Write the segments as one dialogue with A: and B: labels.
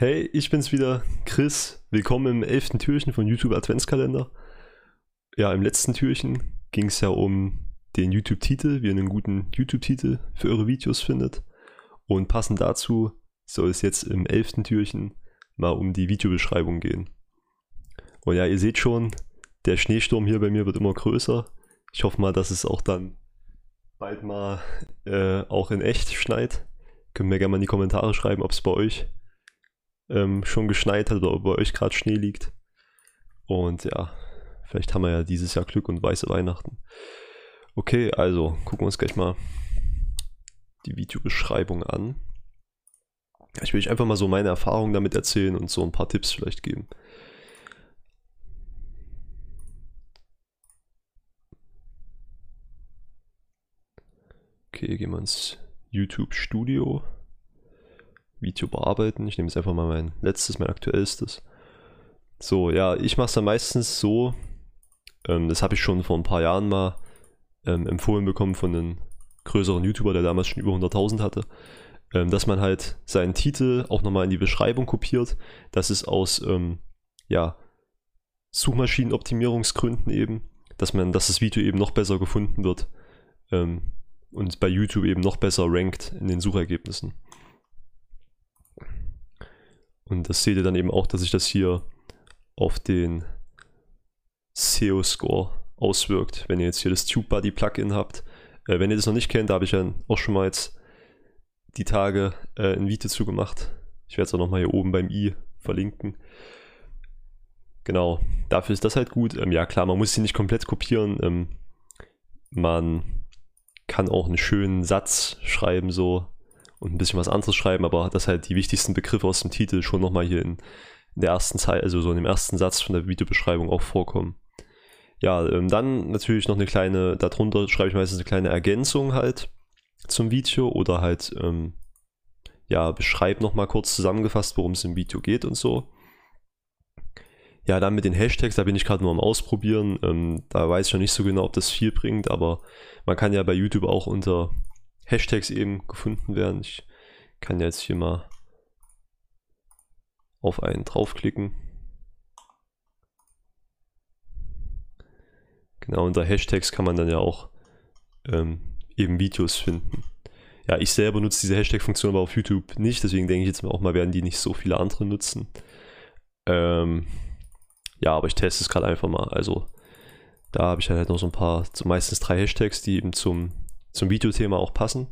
A: Hey, ich bin's wieder, Chris. Willkommen im 11. Türchen von YouTube Adventskalender. Ja, im letzten Türchen ging es ja um den YouTube-Titel, wie ihr einen guten YouTube-Titel für eure Videos findet. Und passend dazu soll es jetzt im 11. Türchen mal um die Videobeschreibung gehen. Und ja, ihr seht schon, der Schneesturm hier bei mir wird immer größer. Ich hoffe mal, dass es auch dann bald mal auch in echt schneit. Könnt mir gerne mal in die Kommentare schreiben, ob es bei euch schon geschneit hat oder ob bei euch gerade Schnee liegt. Und ja, vielleicht haben wir ja dieses Jahr Glück und weiße Weihnachten. Okay, also gucken wir uns gleich mal die Videobeschreibung an. Ich will euch einfach mal so meine Erfahrungen damit erzählen und so ein paar Tipps vielleicht geben. Okay, gehen wir ins YouTube Studio. Video bearbeiten. Ich nehme jetzt einfach mal mein aktuellstes. So, ja, ich mache es dann meistens so, das habe ich schon vor ein paar Jahren mal empfohlen bekommen von einem größeren YouTuber, der damals schon über 100.000 hatte, dass man halt seinen Titel auch nochmal in die Beschreibung kopiert. Das ist aus ja, Suchmaschinenoptimierungsgründen eben, dass das Video eben noch besser gefunden wird und bei YouTube eben noch besser rankt in den Suchergebnissen. Und das seht ihr dann eben auch, dass sich das hier auf den SEO-Score auswirkt, wenn ihr jetzt hier das TubeBuddy-Plugin habt. Wenn ihr das noch nicht kennt, da habe ich ja auch schon mal jetzt die Tage ein Video zu gemacht. Ich werde es auch nochmal hier oben beim i verlinken. Genau, dafür ist das halt gut. Ja klar, man muss sie nicht komplett kopieren. Man kann auch einen schönen Satz schreiben so und ein bisschen was anderes schreiben, aber dass halt die wichtigsten Begriffe aus dem Titel schon nochmal hier in der ersten Zeile, also so in dem ersten Satz von der Videobeschreibung auch vorkommen. Ja, dann natürlich noch eine kleine, darunter schreibe ich meistens eine kleine Ergänzung halt zum Video oder halt, ja, beschreibe nochmal kurz zusammengefasst, worum es im Video geht und so. Ja, dann mit den Hashtags, da bin ich gerade nur am Ausprobieren, da weiß ich noch nicht so genau, ob das viel bringt, aber man kann ja bei YouTube auch unter Hashtags eben gefunden werden. Ich kann jetzt hier mal auf einen draufklicken. Genau, unter Hashtags kann man dann ja auch eben Videos finden. Ja, ich selber nutze diese Hashtag-Funktion aber auf YouTube nicht, deswegen denke ich jetzt auch mal, werden die nicht so viele andere nutzen. Ja, aber ich teste es gerade einfach mal. Also da habe ich halt noch so ein paar, so meistens 3 Hashtags, die eben zum Videothema auch passen.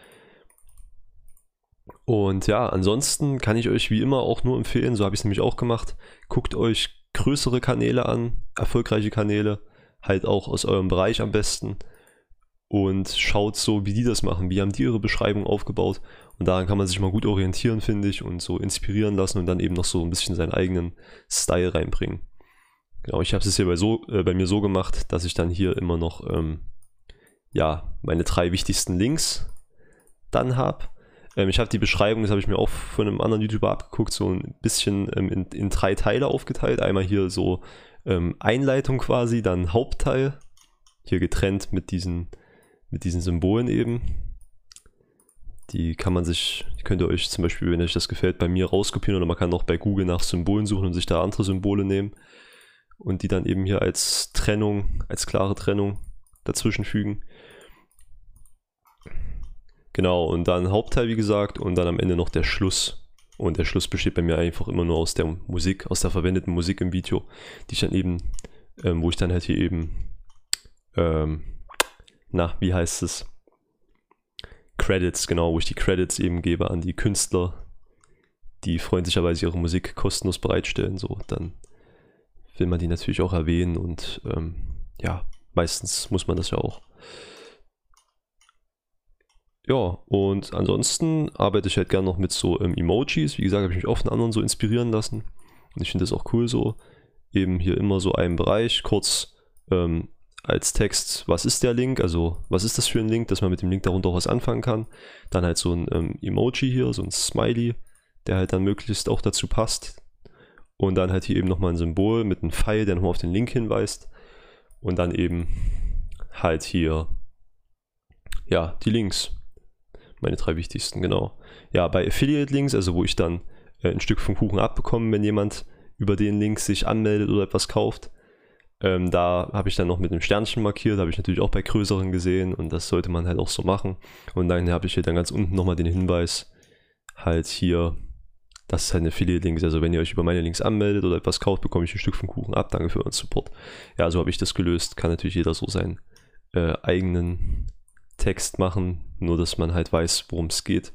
A: Und ja, ansonsten kann ich euch wie immer auch nur empfehlen, so habe ich es nämlich auch gemacht, guckt euch größere Kanäle an, erfolgreiche Kanäle, halt auch aus eurem Bereich am besten und schaut so, wie die das machen, wie haben die ihre Beschreibung aufgebaut und daran kann man sich mal gut orientieren, finde ich, und so inspirieren lassen und dann eben noch so ein bisschen seinen eigenen Style reinbringen. Genau, ich habe es hier bei mir so gemacht, dass ich dann hier immer noch ja, meine 3 wichtigsten Links dann habe. Ich habe die Beschreibung, das habe ich mir auch von einem anderen YouTuber abgeguckt, so ein bisschen in 3 Teile aufgeteilt. Einmal hier so Einleitung quasi, dann Hauptteil, hier getrennt mit diesen Symbolen eben. Die könnt ihr euch zum Beispiel, wenn euch das gefällt, bei mir rauskopieren oder man kann auch bei Google nach Symbolen suchen und sich da andere Symbole nehmen und die dann eben hier als Trennung, als klare Trennung dazwischen fügen. Genau, und dann Hauptteil, wie gesagt, und dann am Ende noch der Schluss. Und der Schluss besteht bei mir einfach immer nur aus der Musik, aus der verwendeten Musik im Video, die ich dann eben, wo ich dann halt hier eben, wie heißt es? Credits, genau, wo ich die Credits eben gebe an die Künstler, die freundlicherweise ihre Musik kostenlos bereitstellen. So, dann will man die natürlich auch erwähnen und ja, meistens muss man das ja auch. Ja, und ansonsten arbeite ich halt gerne noch mit so Emojis. Wie gesagt, habe ich mich oft von anderen so inspirieren lassen. Und ich finde das auch cool so. Eben hier immer so einen Bereich, kurz als Text, was ist der Link? Also, was ist das für ein Link, dass man mit dem Link darunter auch was anfangen kann. Dann halt so ein Emoji hier, so ein Smiley, der halt dann möglichst auch dazu passt. Und dann halt hier eben nochmal ein Symbol mit einem Pfeil, der nochmal auf den Link hinweist. Und dann eben halt hier, ja, die Links. Meine 3 wichtigsten, genau. Ja, bei Affiliate Links, also wo ich dann ein Stück vom Kuchen abbekommen, wenn jemand über den Link sich anmeldet oder etwas kauft. Da habe ich dann noch mit einem Sternchen markiert, habe ich natürlich auch bei größeren gesehen und das sollte man halt auch so machen. Und dann habe ich hier dann ganz unten nochmal den Hinweis, halt hier, dass es halt ein Affiliate-Link ist. Also wenn ihr euch über meine Links anmeldet oder etwas kauft, bekomme ich ein Stück vom Kuchen ab. Danke für euren Support. Ja, so habe ich das gelöst. Kann natürlich jeder so seinen eigenen Text machen, nur dass man halt weiß, worum es geht.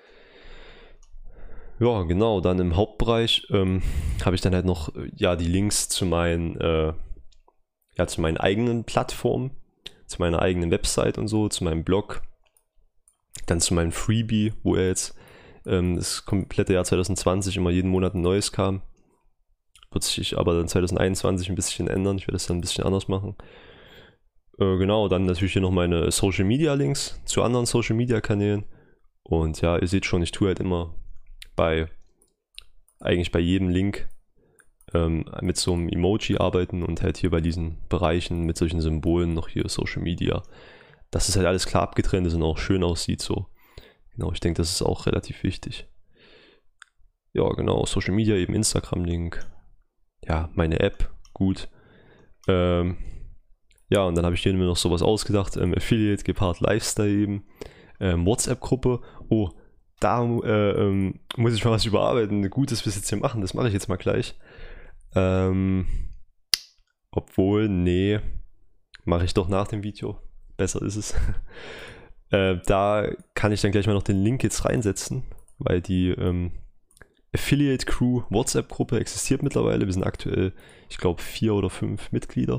A: Ja, genau, dann im Hauptbereich habe ich dann halt noch die Links zu meinen eigenen Plattformen, zu meiner eigenen Website und so, zu meinem Blog, dann zu meinem Freebie, wo jetzt das komplette Jahr 2020 immer jeden Monat ein neues kam. Wird sich aber dann 2021 ein bisschen ändern, ich werde das dann ein bisschen anders machen. Genau, dann natürlich hier noch meine Social Media Links zu anderen Social Media Kanälen. Und ja, ihr seht schon, ich tue halt immer eigentlich bei jedem Link mit so einem Emoji arbeiten und halt hier bei diesen Bereichen mit solchen Symbolen noch hier Social Media. Dass es halt alles klar abgetrennt ist und auch schön aussieht so. Genau, ich denke, das ist auch relativ wichtig. Ja, genau, Social Media, eben Instagram-Link. Ja, meine App, gut. Ja, und dann habe ich hier mir noch sowas ausgedacht. Affiliate, gepaart Lifestyle eben. WhatsApp-Gruppe. Oh, da muss ich mal was überarbeiten. Gut, dass wir es jetzt hier machen. Das mache ich jetzt mal gleich. Obwohl, nee, mache ich doch nach dem Video. Besser ist es. Da kann ich dann gleich mal noch den Link jetzt reinsetzen, weil die Affiliate Crew WhatsApp-Gruppe existiert mittlerweile. Wir sind aktuell, ich glaube, 4 oder 5 Mitglieder.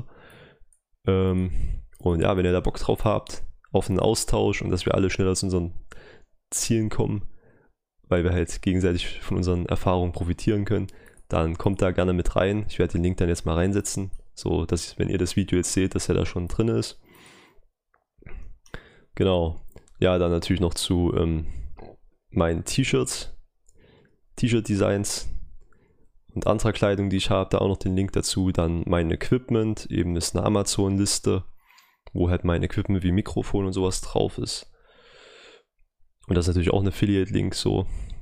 A: Und ja, wenn ihr da Bock drauf habt, auf einen Austausch und dass wir alle schneller zu unseren Zielen kommen, weil wir halt gegenseitig von unseren Erfahrungen profitieren können, dann kommt da gerne mit rein. Ich werde den Link dann jetzt mal reinsetzen, so dass, wenn ihr das Video jetzt seht, dass er da schon drin ist. Genau. Ja, dann natürlich noch zu meinen T-Shirts, T-Shirt-Designs und anderer Kleidung, die ich habe, da auch noch den Link dazu. Dann mein Equipment, eben ist eine Amazon-Liste, wo halt mein Equipment wie Mikrofon und sowas drauf ist. Und das ist natürlich auch ein Affiliate-Link so.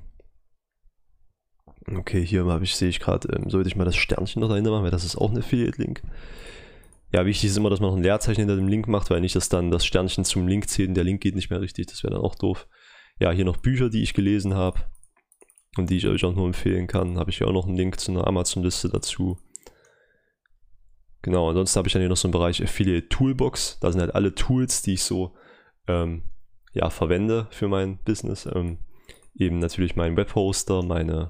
A: Okay, hier sehe ich gerade, sollte ich mal das Sternchen noch dahinter machen, weil das ist auch ein Affiliate-Link. Ja, wichtig ist immer, dass man noch ein Leerzeichen hinter dem Link macht, weil nicht, dass dann das Sternchen zum Link zählt und der Link geht nicht mehr richtig, das wäre dann auch doof. Ja, hier noch Bücher, die ich gelesen habe und die ich euch auch nur empfehlen kann. Habe ich hier auch noch einen Link zu einer Amazon-Liste dazu. Genau, ansonsten habe ich dann hier noch so einen Bereich Affiliate Toolbox. Da sind halt alle Tools, die ich so verwende für mein Business. Eben natürlich mein Webhoster, meine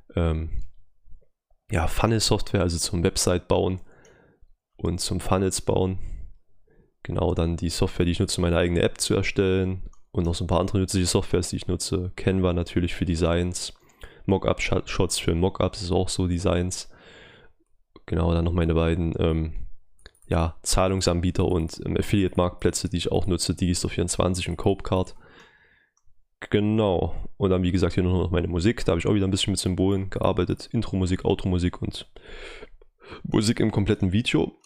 A: Funnel-Software, also zum Website bauen und zum Funnels bauen. Genau, dann die Software, die ich nutze, um meine eigene App zu erstellen und noch so ein paar andere nützliche Softwares, die ich nutze. Canva natürlich für Designs, Mockup-Shots für Mockups ist auch so Designs. Genau, dann noch meine beiden Zahlungsanbieter und Affiliate-Marktplätze, die ich auch nutze, Digistore24 und Copecard. Genau, und dann wie gesagt hier nur noch meine Musik, da habe ich auch wieder ein bisschen mit Symbolen gearbeitet, Intro-Musik, Outro-Musik und Musik im kompletten Video.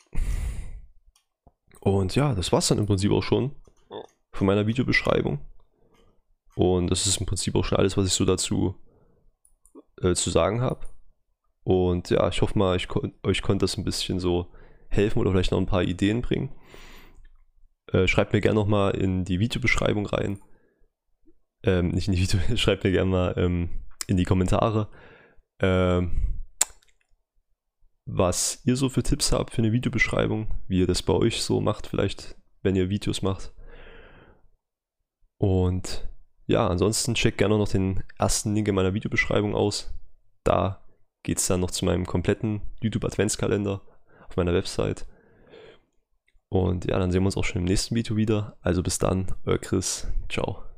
A: Und ja, das war es dann im Prinzip auch schon von meiner Videobeschreibung. Und das ist im Prinzip auch schon alles, was ich so dazu zu sagen habe. Und ja, ich hoffe mal, euch konnte das ein bisschen so helfen oder vielleicht noch ein paar Ideen bringen. Schreibt mir gerne nochmal in die Videobeschreibung rein. Nicht in die Video, schreibt mir gerne mal in die Kommentare, was ihr so für Tipps habt für eine Videobeschreibung, wie ihr das bei euch so macht, vielleicht, wenn ihr Videos macht. Und ja, ansonsten checkt gerne noch den ersten Link in meiner Videobeschreibung aus. Da geht es dann noch zu meinem kompletten YouTube-Adventskalender auf meiner Website. Und ja, dann sehen wir uns auch schon im nächsten Video wieder. Also bis dann, euer Chris. Ciao.